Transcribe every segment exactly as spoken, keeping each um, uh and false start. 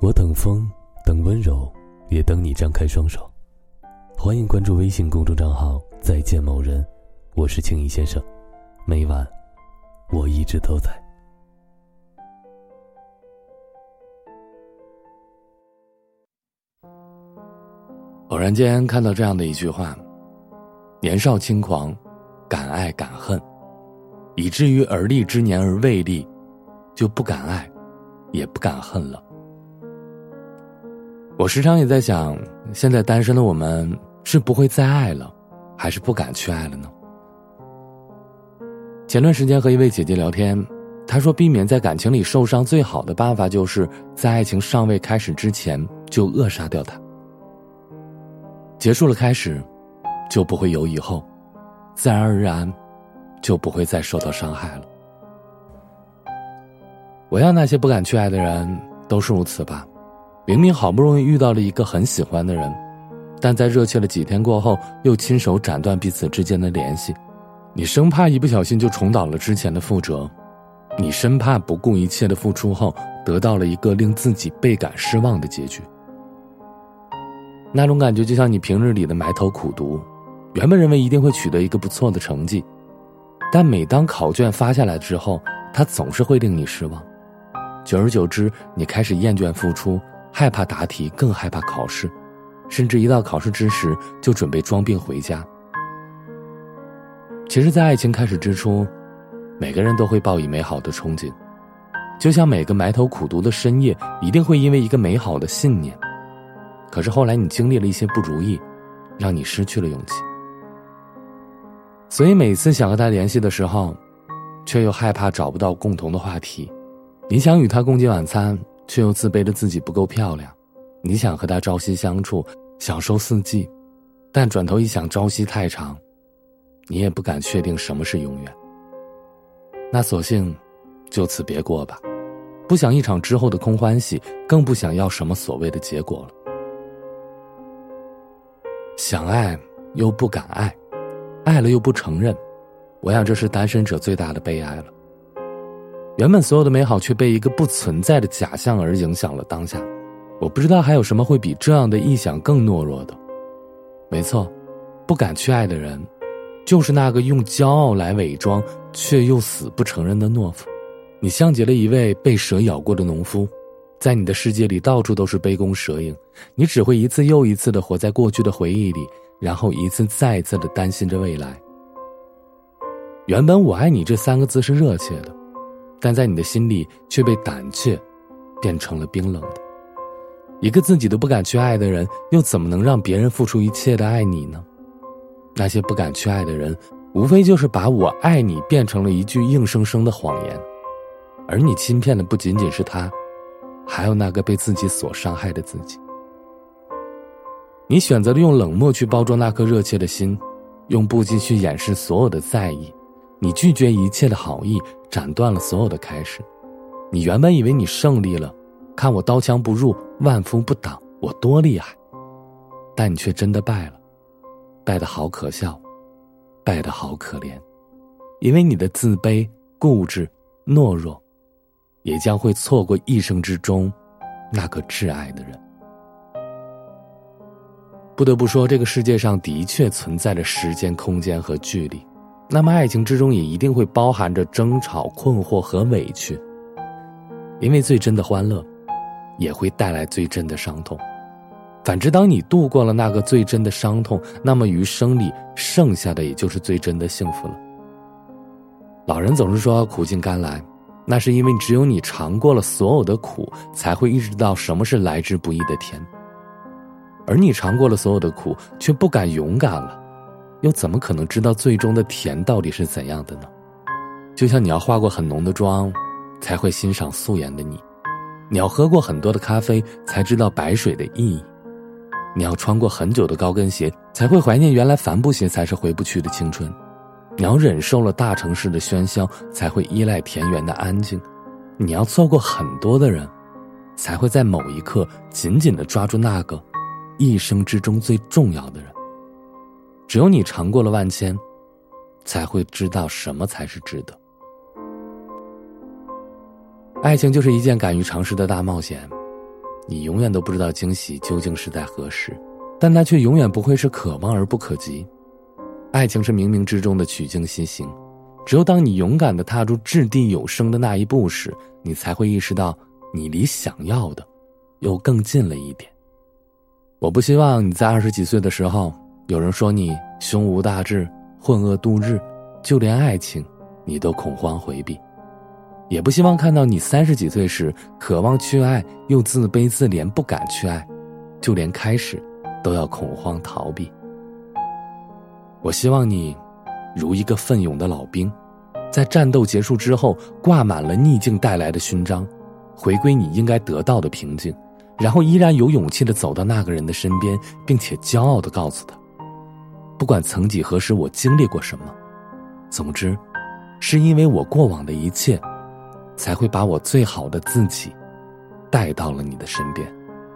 我等风，等温柔，也等你张开双手。欢迎关注微信公众账号再见某人，我是青衣先生，每晚我一直都在。 偶然间看到这样的一句话：年少轻狂，敢爱敢恨，以至于而立之年而未立，就不敢爱也不敢恨了。我时常也在想，现在单身的我们是不会再爱了，还是不敢去爱了呢？前段时间和一位姐姐聊天，她说避免在感情里受伤最好的办法就是在爱情尚未开始之前就扼杀掉它。结束了开始，就不会有以后，自然而然就不会再受到伤害了。我要那些不敢去爱的人都是如此吧。明明好不容易遇到了一个很喜欢的人，但在热切了几天过后，又亲手斩断彼此之间的联系。你生怕一不小心就重蹈了之前的覆辙，你生怕不顾一切的付出后，得到了一个令自己倍感失望的结局。那种感觉就像你平日里的埋头苦读，原本认为一定会取得一个不错的成绩，但每当考卷发下来之后，它总是会令你失望。久而久之，你开始厌倦付出，害怕答题，更害怕考试，甚至一到考试之时就准备装病回家。其实在爱情开始之初，每个人都会抱以美好的憧憬，就像每个埋头苦读的深夜一定会因为一个美好的信念，可是后来你经历了一些不如意，让你失去了勇气。所以每次想和他联系的时候，却又害怕找不到共同的话题。你想与他共进晚餐，却又自卑的自己不够漂亮。你想和他朝夕相处，享受四季，但转头一想朝夕太长，你也不敢确定什么是永远。那索性就此别过吧，不想一场之后的空欢喜，更不想要什么所谓的结果了。想爱又不敢爱，爱了又不承认，我想这是单身者最大的悲哀了。原本所有的美好却被一个不存在的假象而影响了当下。我不知道还有什么会比这样的臆想更懦弱的。没错，不敢去爱的人，就是那个用骄傲来伪装却又死不承认的懦夫。你像极了一位被蛇咬过的农夫，在你的世界里到处都是杯弓蛇影，你只会一次又一次地活在过去的回忆里，然后一次再一次地担心着未来。原本我爱你这三个字是热切的，但在你的心里却被胆怯变成了冰冷的。一个自己都不敢去爱的人，又怎么能让别人付出一切的爱你呢？那些不敢去爱的人，无非就是把我爱你变成了一句硬生生的谎言，而你欺骗的不仅仅是他，还有那个被自己所伤害的自己。你选择了用冷漠去包装那颗热切的心，用不羁去掩饰所有的在意，你拒绝一切的好意，斩断了所有的开始。你原本以为你胜利了，看我刀枪不入，万夫不挡，我多厉害，但你却真的败了，败得好可笑，败得好可怜。因为你的自卑、固执、懦弱，也将会错过一生之中那个挚爱的人。不得不说，这个世界上的确存在着时间、空间和距离，那么爱情之中也一定会包含着争吵、困惑和委屈。因为最真的欢乐也会带来最真的伤痛。反之，当你度过了那个最真的伤痛，那么余生里剩下的也就是最真的幸福了。老人总是说苦尽甘来，那是因为只有你尝过了所有的苦，才会意识到什么是来之不易的甜。而你尝过了所有的苦，却不敢勇敢了，又怎么可能知道最终的甜到底是怎样的呢？就像你要化过很浓的妆，才会欣赏素颜的你；你要喝过很多的咖啡，才知道白水的意义；你要穿过很久的高跟鞋，才会怀念原来帆布鞋才是回不去的青春；你要忍受了大城市的喧嚣，才会依赖田园的安静；你要错过很多的人，才会在某一刻紧紧地抓住那个一生之中最重要的人。只有你尝过了万千，才会知道什么才是值得。爱情就是一件敢于尝试的大冒险， 你永远都不知道惊喜究竟是在何时，但它却永远不会是可望而不可及。爱情是冥冥之中的曲径西行，只有当你勇敢地踏出掷地有声的那一步时，你才会意识到你离想要的又更近了一点。我不希望你在二十几岁的时候，有人说你胸无大志、混噩度日，就连爱情你都恐慌回避。也不希望看到你三十几岁时渴望去爱，又自卑自怜不敢去爱，就连开始都要恐慌逃避。我希望你如一个奋勇的老兵，在战斗结束之后挂满了逆境带来的勋章，回归你应该得到的平静，然后依然有勇气地走到那个人的身边，并且骄傲地告诉他，不管曾几何时我经历过什么，总之是因为我过往的一切，才会把我最好的自己带到了你的身边。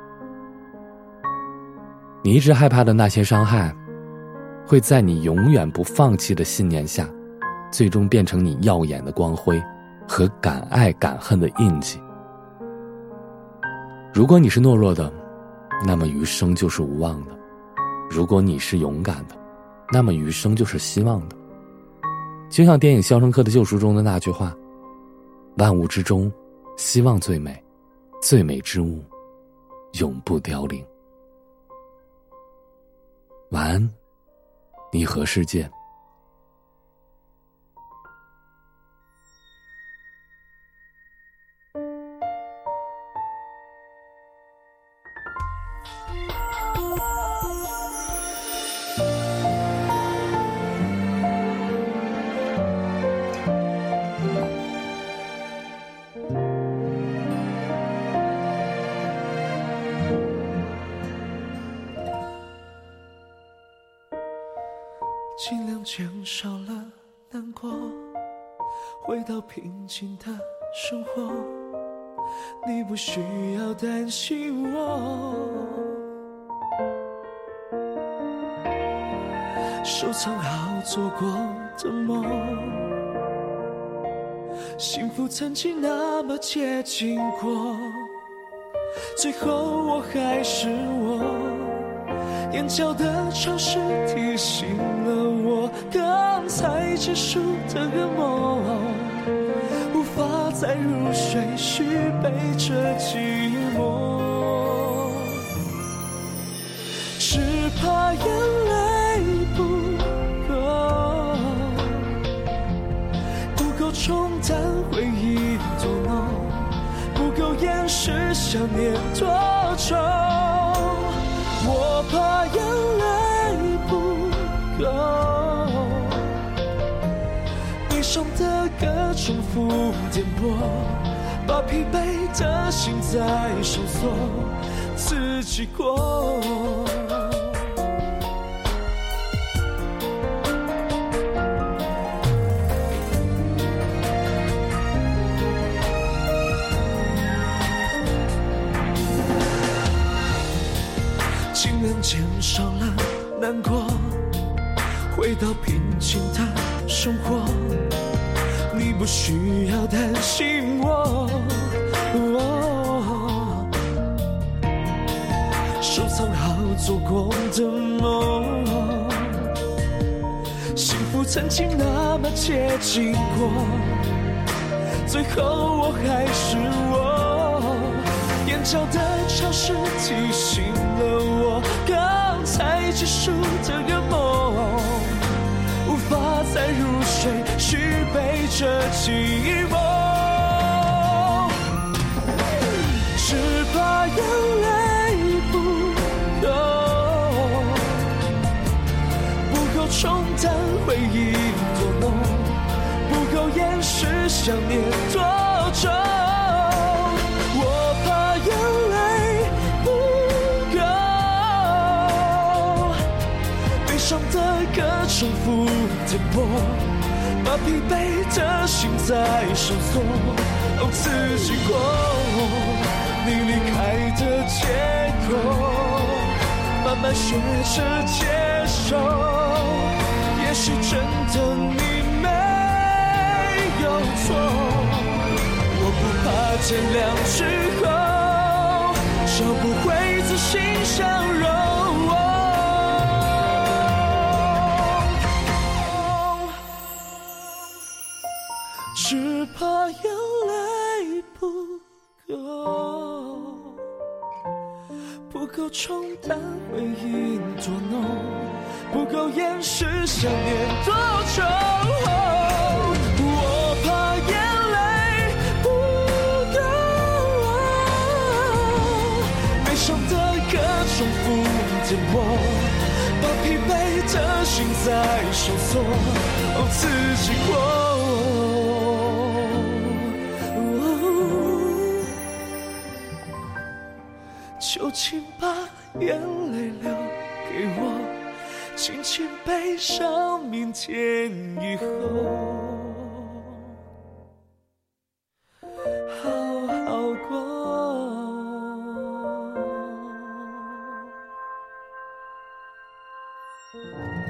你一直害怕的那些伤害，会在你永远不放弃的信念下，最终变成你耀眼的光辉和敢爱敢恨的印记。如果你是懦弱的，那么余生就是无望的；如果你是勇敢的，那么余生就是希望的。就像电影《肖申克的救赎》中的那句话，万物之中，希望最美，最美之物永不凋零。晚安，你和世界。 尽量减少了难过，回到平静的生活，你不需要担心我。收藏好做过的梦，幸福曾经那么接近过，最后我还是我。眼角的潮湿提醒了我，刚才结束的噩梦，无法再入睡，虚背着寂寞，只怕眼泪不够，不够冲淡回忆多浓，不够掩饰想念多久。我怕眼泪不够，悲伤的歌重复颠簸，把疲惫的心在上锁，自己过。尽量减少了难过，回到平静的生活，你不需要担心我。哦，收藏好做过的梦，幸福曾经那么接近过，最后我还是我。眼角的潮湿提醒了我，刚才结束的噩梦，无法再入睡，虚背着寂寞，只怕眼泪不够，不够冲淡回忆多浓，不够掩饰想念多久。的歌重复颠簸，把疲惫的心在上锁，哦，自己过。你离开的借口，慢慢学着接受，也许真的你没有错。我不怕天亮之后笑不会自信相容，只怕眼泪不够，不够冲淡回忆多浓，不够掩饰想念多久。我怕眼泪不够，悲伤的歌重复颠簸，把疲惫的心在收缩，哦，自己过。就请把眼泪留给我，轻轻悲伤，明天以后好好过。